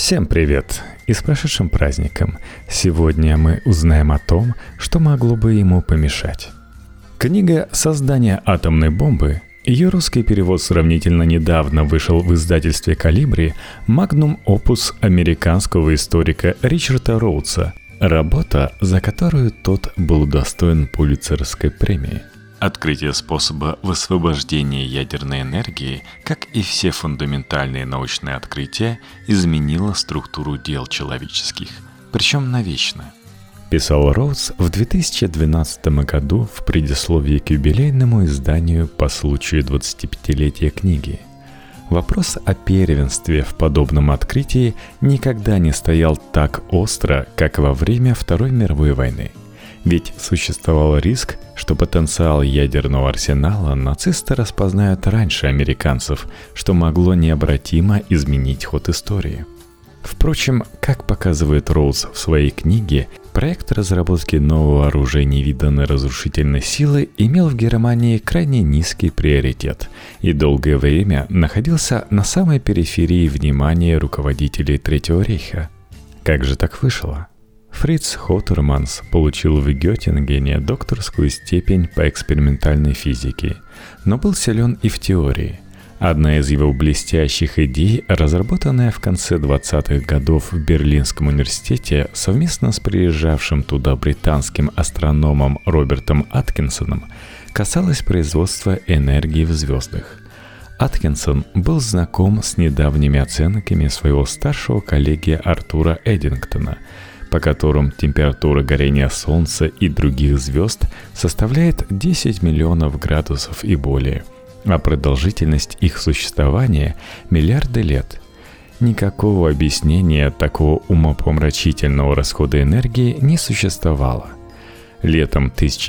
Всем привет! И с прошедшим праздником! Сегодня мы узнаем о том, что могло бы ему помешать. Книга «Создание атомной бомбы», ее русский перевод сравнительно недавно вышел в издательстве «Колибри», магнум опус американского историка Ричарда Роудса, работа, за которую тот был удостоен Пулитцеровской премии. Открытие способа высвобождения ядерной энергии, как и все фундаментальные научные открытия, изменило структуру дел человеческих, причем навечно. Писал Роудс в 2012 году в предисловии к юбилейному изданию по случаю 25-летия книги. Вопрос о первенстве в подобном открытии никогда не стоял так остро, как во время Второй мировой войны. Ведь существовал риск, что потенциал ядерного арсенала нацисты распознают раньше американцев, что могло необратимо изменить ход истории. Впрочем, как показывает Роудс в своей книге, проект разработки нового оружия невиданной разрушительной силы имел в Германии крайне низкий приоритет и долгое время находился на самой периферии внимания руководителей Третьего рейха. Как же так вышло? Фриц Хотерманс получил в Геттингене докторскую степень по экспериментальной физике, но был силен и в теории. Одна из его блестящих идей, разработанная в конце 20-х годов в Берлинском университете совместно с приезжавшим туда британским астрономом Робертом Аткинсоном, касалась производства энергии в звездах. Аткинсон был знаком с недавними оценками своего старшего коллеги Артура Эддингтона, по которым температура горения Солнца и других звезд составляет 10 миллионов градусов и более, а продолжительность их существования – миллиарды лет. Никакого объяснения такого умопомрачительного расхода энергии не существовало. Летом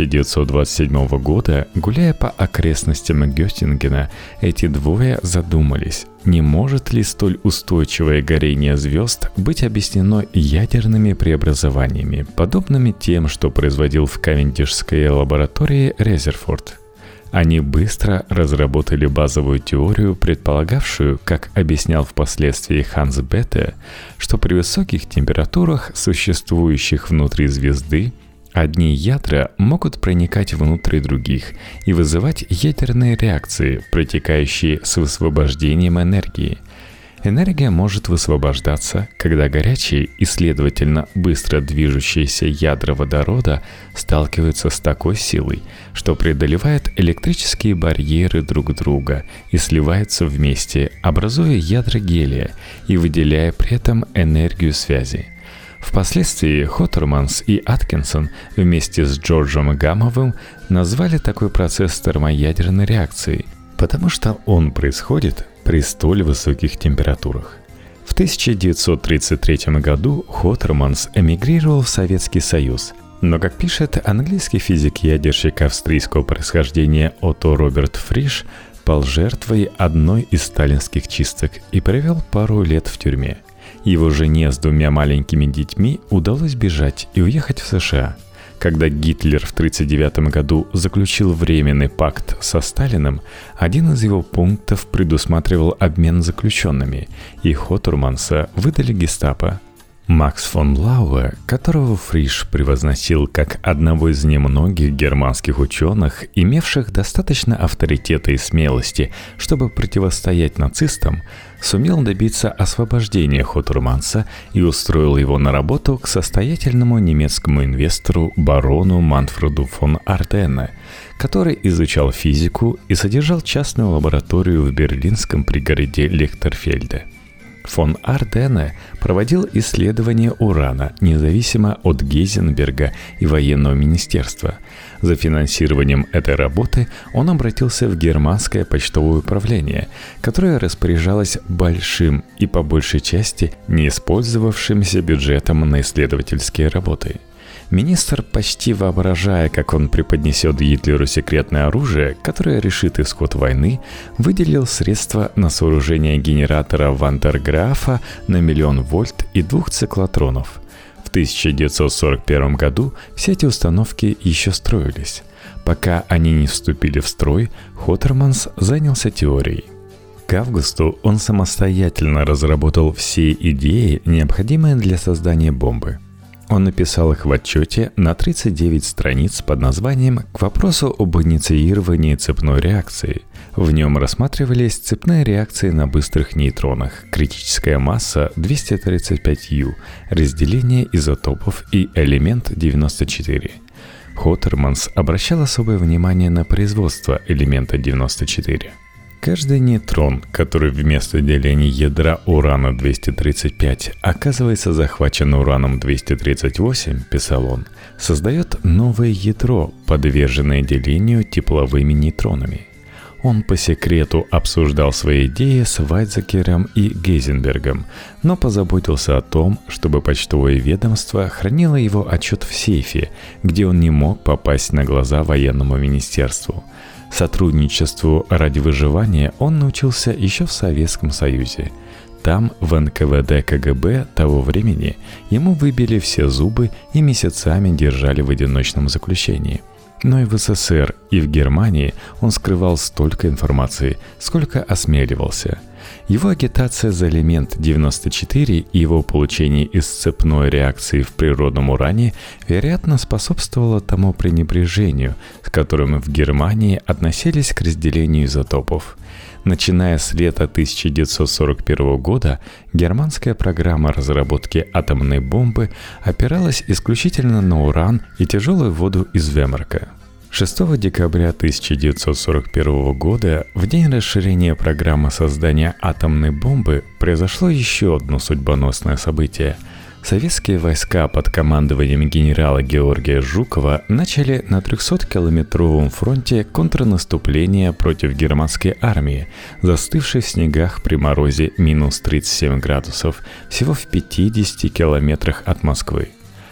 1927 года, гуляя по окрестностям Геттингена, эти двое задумались, не может ли столь устойчивое горение звезд быть объяснено ядерными преобразованиями, подобными тем, что производил в Кавендишской лаборатории Резерфорд. Они быстро разработали базовую теорию, предполагавшую, как объяснял впоследствии Ханс Бетте, что при высоких температурах, существующих внутри звезды, одни ядра могут проникать внутрь других и вызывать ядерные реакции, протекающие с высвобождением энергии. Энергия может высвобождаться, когда горячие и, следовательно, быстро движущиеся ядра водорода сталкиваются с такой силой, что преодолевают электрические барьеры друг друга и сливаются вместе, образуя ядра гелия и выделяя при этом энергию связи. Впоследствии Хотерманс и Аткинсон вместе с Джорджем Гамовым назвали такой процесс термоядерной реакцией, потому что он происходит при столь высоких температурах. В 1933 году Хотерманс эмигрировал в Советский Союз, но, как пишет английский физик-ядерщик австрийского происхождения Отто Роберт Фриш, пал жертвой одной из сталинских чисток и провел пару лет в тюрьме. Его жене с двумя маленькими детьми удалось бежать и уехать в США. Когда Гитлер в 1939 году заключил временный пакт со Сталиным, один из его пунктов предусматривал обмен заключенными, и Хотерманса выдали гестапо. Макс фон Лауэ, которого Фриш превозносил как одного из немногих германских ученых, имевших достаточно авторитета и смелости, чтобы противостоять нацистам, сумел добиться освобождения Хотерманса и устроил его на работу к состоятельному немецкому инвестору барону Манфреду фон Ардене, который изучал физику и содержал частную лабораторию в берлинском пригороде Лихтерфельде. Фон Ардене проводил исследования урана независимо от Гейзенберга и военного министерства. За финансированием этой работы он обратился в германское почтовое управление, которое распоряжалось большим и по большей части не использовавшимся бюджетом на исследовательские работы. Министр, почти воображая, как он преподнесет Гитлеру секретное оружие, которое решит исход войны, выделил средства на сооружение генератора Ван дер Графа на 1 000 000 вольт и 2 циклотронов. В 1941 году все эти установки еще строились. Пока они не вступили в строй, Хотерманс занялся теорией. К августу он самостоятельно разработал все идеи, необходимые для создания бомбы. Он написал их в отчете на 39 страниц под названием «К вопросу об инициировании цепной реакции». В нем рассматривались цепные реакции на быстрых нейтронах, критическая масса 235U, разделение изотопов и элемент 94. Хотерманс обращал особое внимание на производство элемента 94. Каждый нейтрон, который вместо деления ядра урана-235 оказывается захвачен ураном-238, писал он, создает новое ядро, подверженное делению тепловыми нейтронами. Он по секрету обсуждал свои идеи с Вайцекером и Гейзенбергом, но позаботился о том, чтобы почтовое ведомство хранило его отчет в сейфе, где он не мог попасть на глаза военному министерству. Сотрудничеству ради выживания он научился еще в Советском Союзе. Там, в НКВД КГБ того времени, ему выбили все зубы и месяцами держали в одиночном заключении. Но и в СССР, и в Германии он скрывал столько информации, сколько осмеливался. Его агитация за элемент 94 и его получение из цепной реакции в природном уране, вероятно, способствовало тому пренебрежению, с которым в Германии относились к разделению изотопов. Начиная с лета 1941 года, германская программа разработки атомной бомбы опиралась исключительно на уран и тяжелую воду из Вемерка. 6 декабря 1941 года, в день расширения программы создания атомной бомбы, произошло еще одно судьбоносное событие. Советские войска под командованием генерала Георгия Жукова начали на 300-километровом фронте контрнаступление против германской армии, застывшей в снегах при морозе минус 37 градусов, всего в 50 километрах от Москвы.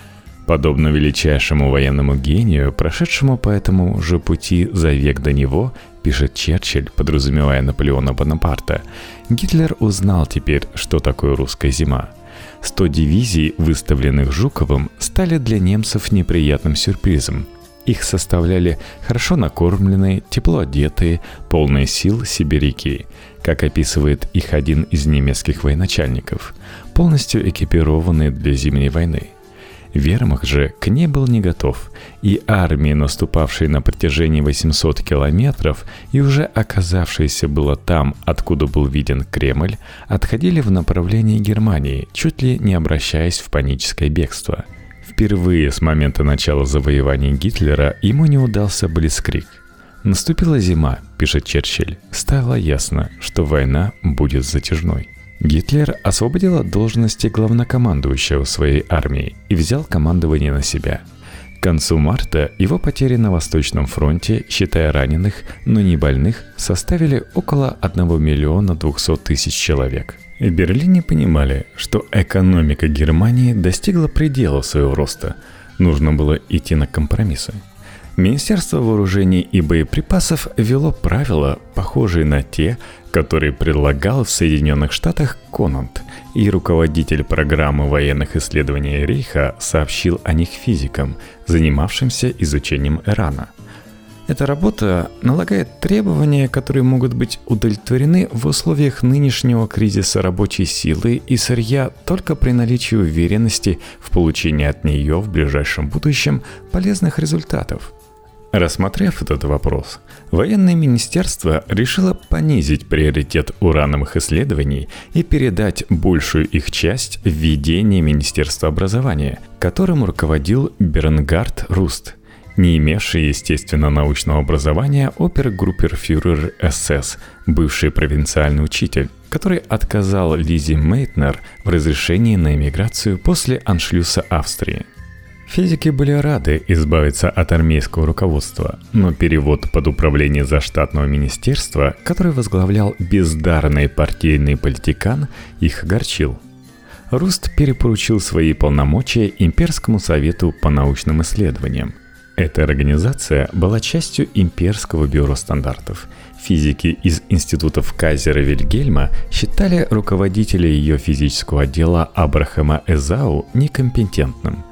Подобно величайшему военному гению, прошедшему по этому же пути за век до него, пишет Черчилль, подразумевая Наполеона Бонапарта, Гитлер узнал теперь, что такое русская зима. 100 дивизий, выставленных Жуковым, стали для немцев неприятным сюрпризом. Их составляли хорошо накормленные, тепло одетые, полные сил сибиряки, как описывает их один из немецких военачальников, полностью экипированные для зимней войны. Вермахт же к ней был не готов, и армии, наступавшие на протяжении 800 километров и уже оказавшиеся было там, откуда был виден Кремль, отходили в направлении Германии, чуть ли не обращаясь в паническое бегство. Впервые с момента начала завоеваний Гитлера ему не удался блицкриг. «Наступила зима», — пишет Черчилль, — «стало ясно, что война будет затяжной». Гитлер освободил от должности главнокомандующего своей армией и взял командование на себя. К концу марта его потери на Восточном фронте, считая раненых, но не больных, составили около 1 200 000 человек. В Берлине понимали, что экономика Германии достигла предела своего роста. Нужно было идти на компромиссы. Министерство вооружений и боеприпасов вело правила, похожие на те, которые предлагал в Соединенных Штатах Конант, и руководитель программы военных исследований Рейха сообщил о них физикам, занимавшимся изучением Ирана. Эта работа налагает требования, которые могут быть удовлетворены в условиях нынешнего кризиса рабочей силы и сырья только при наличии уверенности в получении от нее в ближайшем будущем полезных результатов. Рассмотрев этот вопрос, военное министерство решило понизить приоритет урановых исследований и передать большую их часть в ведение Министерства образования, которым руководил Бернгард Руст, не имевший, естественно, научного образования опергруппенфюрер СС, бывший провинциальный учитель, который отказал Лизе Мейтнер в разрешении на эмиграцию после аншлюса Австрии. Физики были рады избавиться от армейского руководства, но перевод под управление заштатного министерства, который возглавлял бездарный партийный политикан, их огорчил. Руст перепоручил свои полномочия Имперскому совету по научным исследованиям. Эта организация была частью Имперского бюро стандартов. Физики из институтов Кайзера Вильгельма считали руководителя ее физического отдела Абрахама Эзау некомпетентным.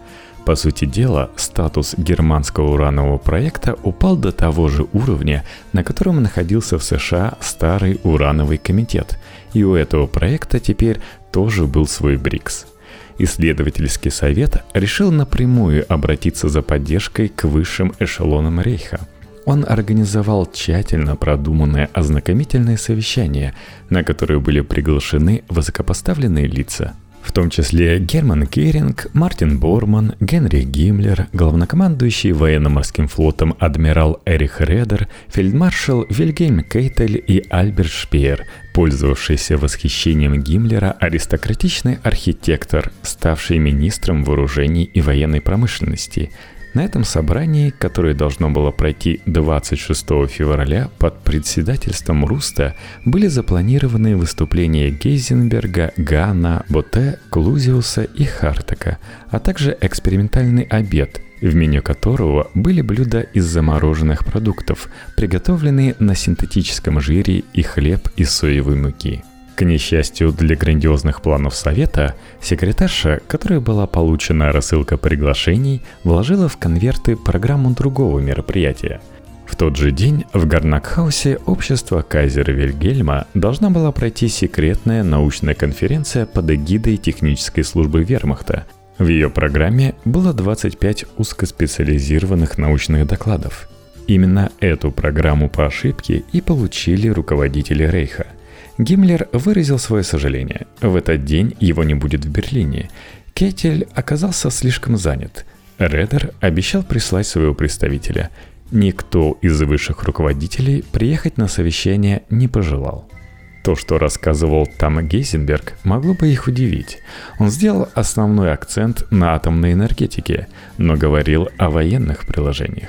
По сути дела, статус германского уранового проекта упал до того же уровня, на котором находился в США старый урановый комитет, и у этого проекта теперь тоже был свой БРИКС. Исследовательский совет решил напрямую обратиться за поддержкой к высшим эшелонам Рейха. Он организовал тщательно продуманное ознакомительное совещание, на которое были приглашены высокопоставленные лица, в том числе Герман Геринг, Мартин Борман, Генрих Гиммлер, главнокомандующий военно-морским флотом адмирал Эрих Редер, фельдмаршал Вильгельм Кейтель и Альберт Шпеер, пользовавшийся восхищением Гиммлера аристократичный архитектор, ставший министром вооружений и военной промышленности. На этом собрании, которое должно было пройти 26 февраля под председательством Руста, были запланированы выступления Гейзенберга, Гана, Ботте, Клузиуса и Хартека, а также экспериментальный обед, в меню которого были блюда из замороженных продуктов, приготовленные на синтетическом жире и хлеб из соевой муки. К несчастью для грандиозных планов Совета, секретарша, которой была получена рассылка приглашений, вложила в конверты программу другого мероприятия. В тот же день в Гарнакхаусе общества кайзера Вильгельма должна была пройти секретная научная конференция под эгидой технической службы вермахта. В ее программе было 25 узкоспециализированных научных докладов. Именно эту программу по ошибке и получили руководители Рейха. Гиммлер выразил свое сожаление. В этот день его не будет в Берлине. Кейтель оказался слишком занят. Редер обещал прислать своего представителя. Никто из высших руководителей приехать на совещание не пожелал. То, что рассказывал там Гейзенберг, могло бы их удивить. Он сделал основной акцент на атомной энергетике, но говорил о военных приложениях.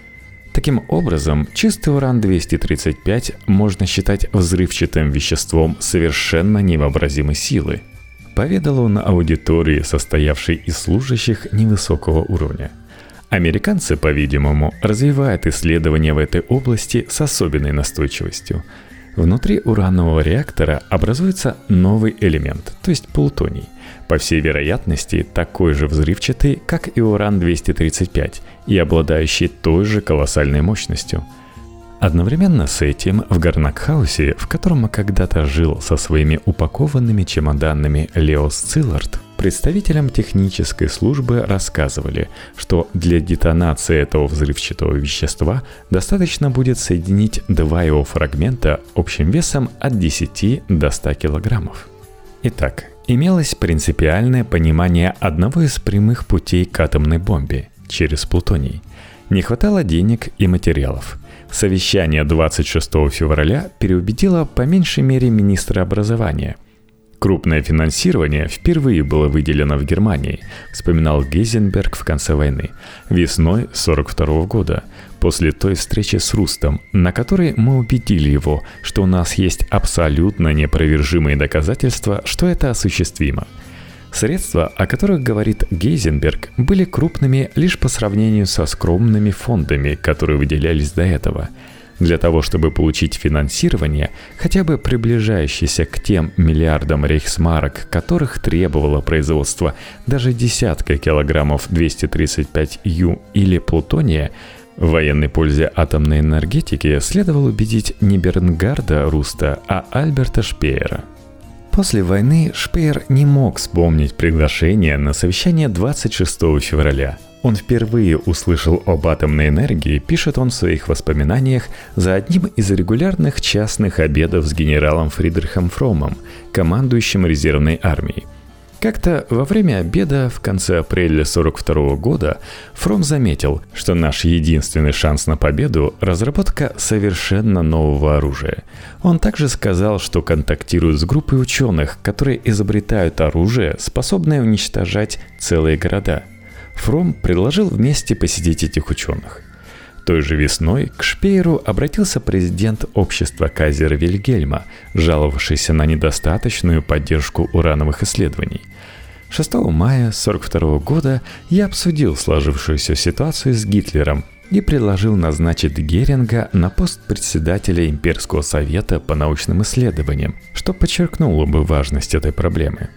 Таким образом, чистый уран-235 можно считать взрывчатым веществом совершенно невообразимой силы, поведал он аудитории, состоявшей из служащих невысокого уровня. Американцы, по-видимому, развивают исследования в этой области с особенной настойчивостью. Внутри уранового реактора образуется новый элемент, то есть плутоний. По всей вероятности, такой же взрывчатый, как и уран-235, и обладающий той же колоссальной мощностью. Одновременно с этим в Гарнакхаусе, в котором когда-то жил со своими упакованными чемоданами Леос Циллард, представителям технической службы рассказывали, что для детонации этого взрывчатого вещества достаточно будет соединить два его фрагмента общим весом от 10 до 100 килограммов. Итак, имелось принципиальное понимание одного из прямых путей к атомной бомбе – через плутоний. Не хватало денег и материалов. Совещание 26 февраля переубедило по меньшей мере министра образования. Крупное финансирование впервые было выделено в Германии, вспоминал Гейзенберг в конце войны, весной 1942 года, после той встречи с Рустом, на которой мы убедили его, что у нас есть абсолютно неопровержимые доказательства, что это осуществимо. Средства, о которых говорит Гейзенберг, были крупными лишь по сравнению со скромными фондами, которые выделялись до этого. Для того, чтобы получить финансирование, хотя бы приближающееся к тем миллиардам рейхсмарок, которых требовало производство даже десятка килограммов 235Ю или плутония, в военной пользе атомной энергетики следовало убедить не Бернгарда Руста, а Альберта Шпеера. После войны Шпеер не мог вспомнить приглашение на совещание 26 февраля. Он впервые услышал об атомной энергии, пишет он в своих воспоминаниях, за одним из регулярных частных обедов с генералом Фридрихом Фромом, командующим резервной армией. Как-то во время обеда в конце апреля 1942 года Фром заметил, что наш единственный шанс на победу – разработка совершенно нового оружия. Он также сказал, что контактирует с группой ученых, которые изобретают оружие, способное уничтожать целые города. Фром предложил вместе посетить этих ученых. Той же весной к Шпееру обратился президент общества кайзера Вильгельма, жаловавшийся на недостаточную поддержку урановых исследований. 6 мая 1942 года я обсудил сложившуюся ситуацию с Гитлером и предложил назначить Геринга на пост председателя Имперского совета по научным исследованиям, что подчеркнуло бы важность этой проблемы.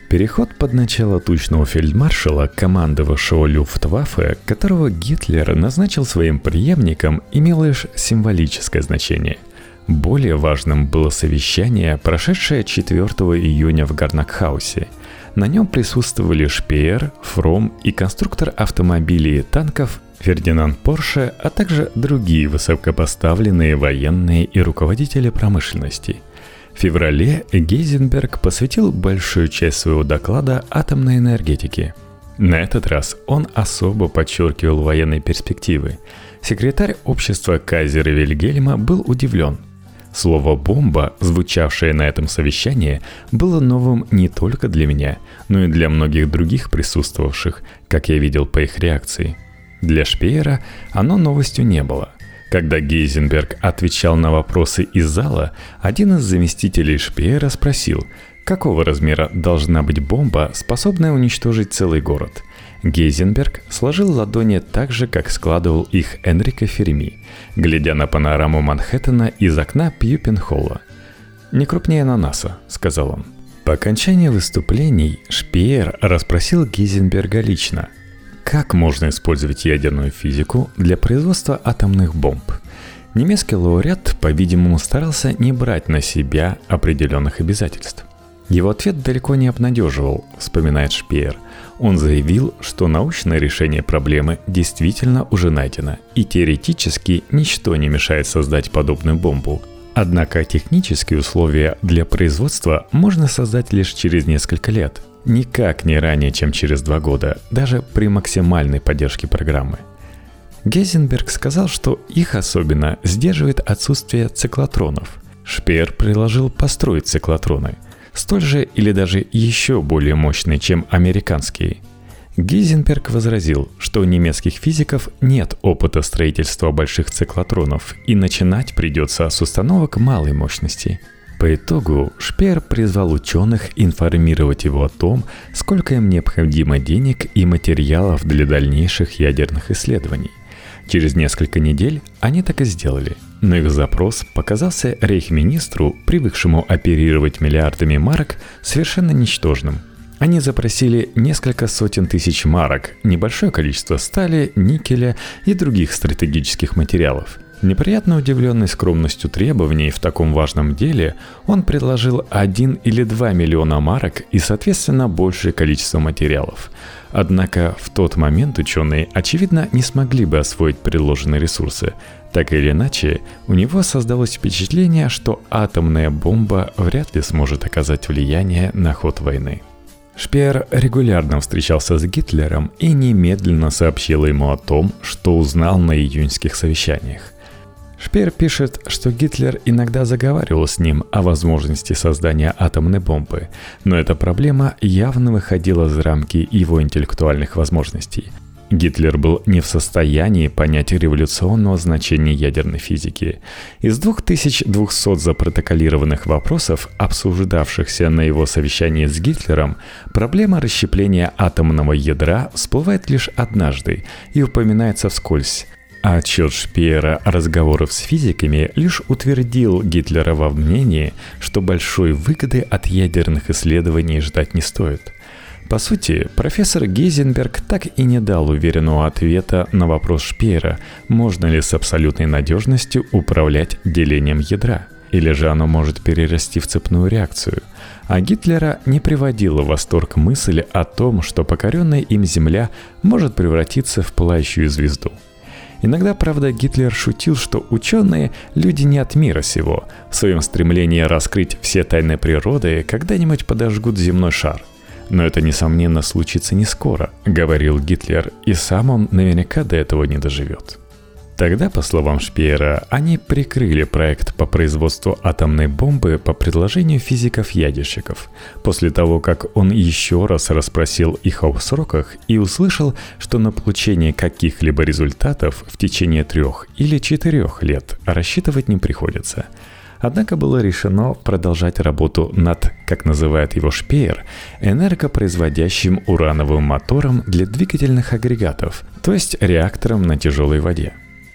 Переход под начало тучного фельдмаршала, командовавшего Люфтваффе, которого Гитлер назначил своим преемником, имел лишь символическое значение. Более важным было совещание, прошедшее 4 июня в Гарнакхаусе. На нем присутствовали Шпеер, Фром и конструктор автомобилей и танков Фердинанд Порше, а также другие высокопоставленные военные и руководители промышленности. В феврале Гейзенберг посвятил большую часть своего доклада атомной энергетике. На этот раз он особо подчеркивал военные перспективы. Секретарь общества Кайзера Вильгельма был удивлен. Слово «бомба», звучавшее на этом совещании, было новым не только для меня, но и для многих других присутствовавших, как я видел по их реакции. Для Шпеера оно новостью не было. Когда Гейзенберг отвечал на вопросы из зала, один из заместителей Шпеера спросил, какого размера должна быть бомба, способная уничтожить целый город. Гейзенберг сложил ладони так же, как складывал их Энрико Ферми, глядя на панораму Манхэттена из окна Пьюпенхолла. «Не крупнее ананаса», — сказал он. По окончании выступлений Шпеер расспросил Гейзенберга лично, как можно использовать ядерную физику для производства атомных бомб. Немецкий лауреат, по-видимому, старался не брать на себя определенных обязательств. Его ответ далеко не обнадеживал, вспоминает Шпеер. Он заявил, что научное решение проблемы действительно уже найдено, и теоретически ничто не мешает создать подобную бомбу. Однако технические условия для производства можно создать лишь через несколько лет, никак не ранее, чем через 2 года, даже при максимальной поддержке программы. Гейзенберг сказал, что их особенно сдерживает отсутствие циклотронов. Шпеер предложил построить циклотроны, столь же или даже еще более мощные, чем американские. Гейзенберг возразил, что у немецких физиков нет опыта строительства больших циклотронов, и начинать придется с установок малой мощности. По итогу Шпеер призвал ученых информировать его о том, сколько им необходимо денег и материалов для дальнейших ядерных исследований. Через несколько недель они так и сделали, но их запрос показался рейхсминистру, привыкшему оперировать миллиардами марок, совершенно ничтожным. Они запросили несколько сотен тысяч марок, небольшое количество стали, никеля и других стратегических материалов. Неприятно удивленный скромностью требований в таком важном деле, он предложил 1 или 2 миллиона марок и, соответственно, большее количество материалов. Однако в тот момент ученые, очевидно, не смогли бы освоить предложенные ресурсы. Так или иначе, у него создалось впечатление, что атомная бомба вряд ли сможет оказать влияние на ход войны. Шпеер регулярно встречался с Гитлером и немедленно сообщил ему о том, что узнал на июньских совещаниях. Шпеер пишет, что Гитлер иногда заговаривал с ним о возможности создания атомной бомбы, но эта проблема явно выходила за рамки его интеллектуальных возможностей. Гитлер был не в состоянии понять революционного значения ядерной физики. Из 2200 запротоколированных вопросов, обсуждавшихся на его совещании с Гитлером, проблема расщепления атомного ядра всплывает лишь однажды и упоминается вскользь. А отчет Шпеера разговоров с физиками лишь утвердил Гитлера во мнении, что большой выгоды от ядерных исследований ждать не стоит. По сути, профессор Гейзенберг так и не дал уверенного ответа на вопрос Шпеера, можно ли с абсолютной надежностью управлять делением ядра, или же оно может перерасти в цепную реакцию. А Гитлера не приводила в восторг мысль о том, что покоренная им Земля может превратиться в пылающую звезду. Иногда, правда, Гитлер шутил, что ученые – люди не от мира сего. В своем стремлении раскрыть все тайны природы когда-нибудь подожгут земной шар. Но это, несомненно, случится не скоро, говорил Гитлер, и сам он наверняка до этого не доживет. Тогда, по словам Шпеера, они прикрыли проект по производству атомной бомбы по предложению физиков-ядерщиков, после того, как он еще раз расспросил их о сроках и услышал, что на получение каких-либо результатов в течение 3 или 4 лет рассчитывать не приходится. Однако было решено продолжать работу над, как называет его Шпеер, энергопроизводящим урановым мотором для двигательных агрегатов, то есть реактором на тяжелой воде.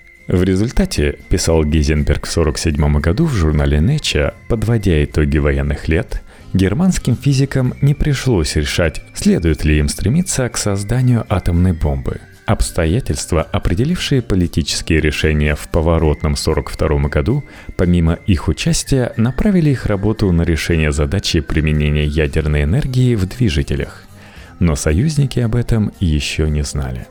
В результате, писал Гейзенберг в 1947 году в журнале Nature, подводя итоги военных лет, Германским физикам не пришлось решать, следует ли им стремиться к созданию атомной бомбы. Обстоятельства, определившие политические решения в поворотном 1942 году, помимо их участия, направили их работу на решение задачи применения ядерной энергии в движителях. Но союзники об этом еще не знали.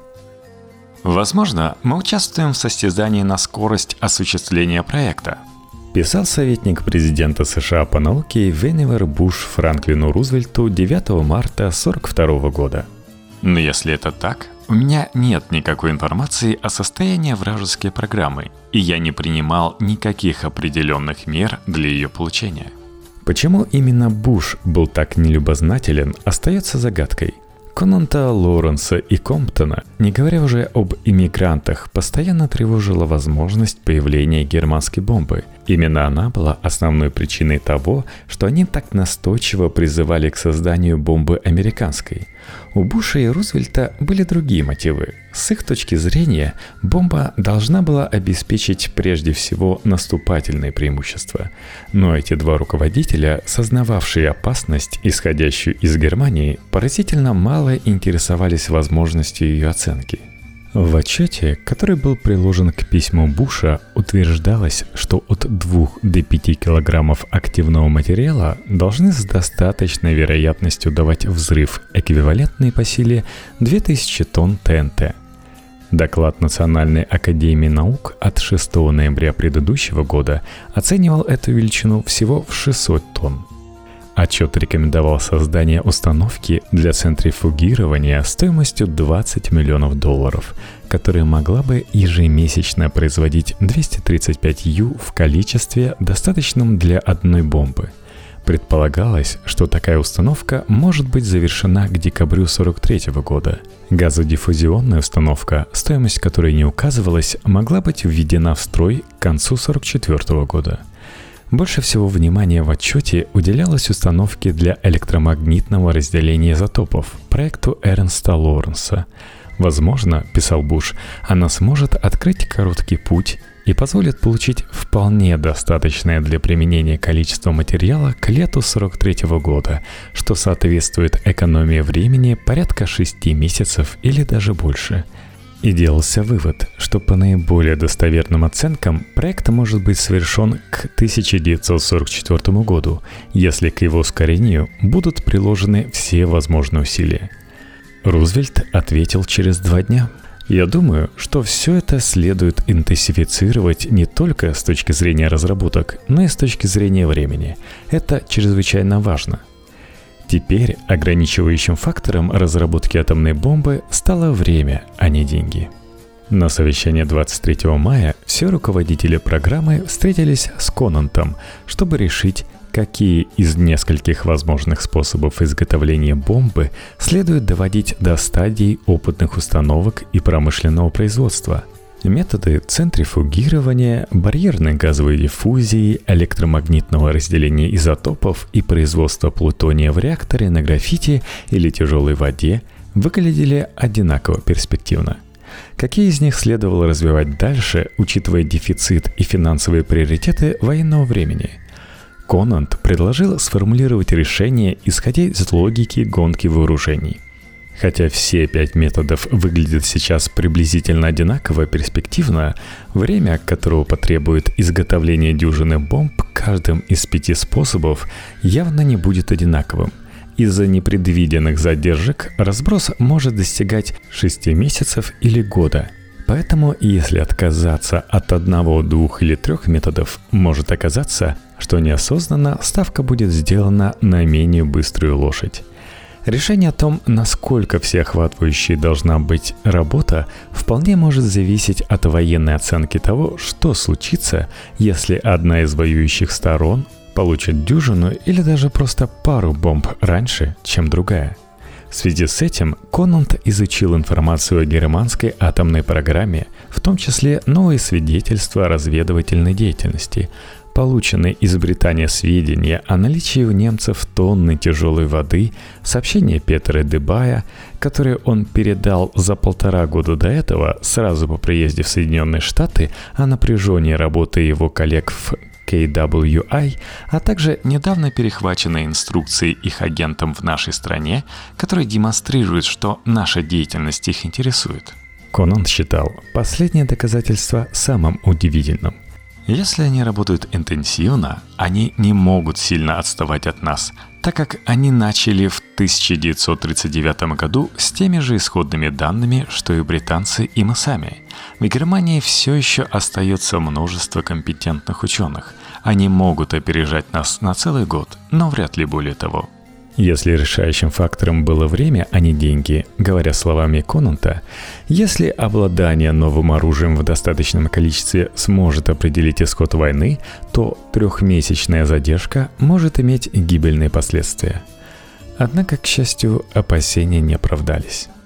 «Возможно, мы участвуем в состязании на скорость осуществления проекта», писал советник президента США по науке Венивер Буш Франклину Рузвельту 9 марта 1942 года. «Но если это так, у меня нет никакой информации о состоянии вражеской программы, и я не принимал никаких определенных мер для ее получения». Почему именно Буш был так нелюбознателен, остается загадкой. Конанта, Лоуренса и Комптона, не говоря уже об иммигрантах, постоянно тревожила возможность появления германской бомбы. Именно она была основной причиной того, что они так настойчиво призывали к созданию бомбы американской. У Буша и Рузвельта были другие мотивы. С их точки зрения, бомба должна была обеспечить прежде всего наступательные преимущества. Но эти два руководителя, сознававшие опасность, исходящую из Германии, поразительно мало интересовались возможностью ее оценки. В отчете, который был приложен к письму Буша, утверждалось, что от 2 до 5 килограммов активного материала должны с достаточной вероятностью давать взрыв, эквивалентный по силе 2000 тонн ТНТ. Доклад Национальной академии наук от 6 ноября предыдущего года оценивал эту величину всего в 600 тонн. Отчет рекомендовал создание установки для центрифугирования стоимостью $20 миллионов, которая могла бы ежемесячно производить 235 Ю в количестве, достаточном для одной бомбы. Предполагалось, что такая установка может быть завершена к декабрю 1943 года. Газодиффузионная установка, стоимость которой не указывалась, могла быть введена в строй к концу 1944 года. Больше всего внимания в отчете уделялось установке для электромагнитного разделения изотопов, проекту Эрнста Лоуренса. Возможно, писал Буш, она сможет открыть короткий путь и позволит получить вполне достаточное для применения количество материала к лету 1943 года, что соответствует экономии времени порядка 6 месяцев или даже больше. И делался вывод, что по наиболее достоверным оценкам проект может быть совершен к 1944 году, если к его ускорению будут приложены все возможные усилия. Рузвельт ответил через 2 дня. «Я думаю, что все это следует интенсифицировать не только с точки зрения разработок, но и с точки зрения времени. Это чрезвычайно важно». Теперь ограничивающим фактором разработки атомной бомбы стало время, а не деньги. На совещании 23 мая все руководители программы встретились с Конантом, чтобы решить, какие из нескольких возможных способов изготовления бомбы следует доводить до стадии опытных установок и промышленного производства. Методы центрифугирования, барьерной газовой диффузии, электромагнитного разделения изотопов и производства плутония в реакторе на графите или тяжелой воде выглядели одинаково перспективно. Какие из них следовало развивать дальше, учитывая дефицит и финансовые приоритеты военного времени? Конант предложил сформулировать решение, исходя из логики гонки вооружений. Хотя все 5 методов выглядят сейчас приблизительно одинаково перспективно, время, которого потребует изготовление дюжины бомб каждым из 5 способов, явно не будет одинаковым. Из-за непредвиденных задержек разброс может достигать 6 месяцев или года. Поэтому, если отказаться от 1, 2 или 3 методов, может оказаться, что неосознанно ставка будет сделана на менее быструю лошадь. Решение о том, насколько всеохватывающей должна быть работа, вполне может зависеть от военной оценки того, что случится, если одна из воюющих сторон получит дюжину или даже просто пару бомб раньше, чем другая. В связи с этим Конант изучил информацию о германской атомной программе, в том числе новые свидетельства разведывательной деятельности, полученные из Британии сведения о наличии у немцев тонны тяжелой воды, сообщение Петера Дебая, которое он передал за 1,5 года до этого, сразу по приезде в Соединенные Штаты, о напряжении работы его коллег в KWI, а также недавно перехваченные инструкции их агентам в нашей стране, которые демонстрируют, что наша деятельность их интересует. Конан считал последнее доказательство самым удивительным. Если они работают интенсивно, они не могут сильно отставать от нас, так как они начали в 1939 году с теми же исходными данными, что и британцы и мы сами. В Германии все еще остается множество компетентных ученых. Они могут опережать нас на целый год, но вряд ли более того. Если решающим фактором было время, а не деньги, говоря словами Конанта, если обладание новым оружием в достаточном количестве сможет определить исход войны, то 3-месячная задержка может иметь гибельные последствия. Однако, к счастью, опасения не оправдались.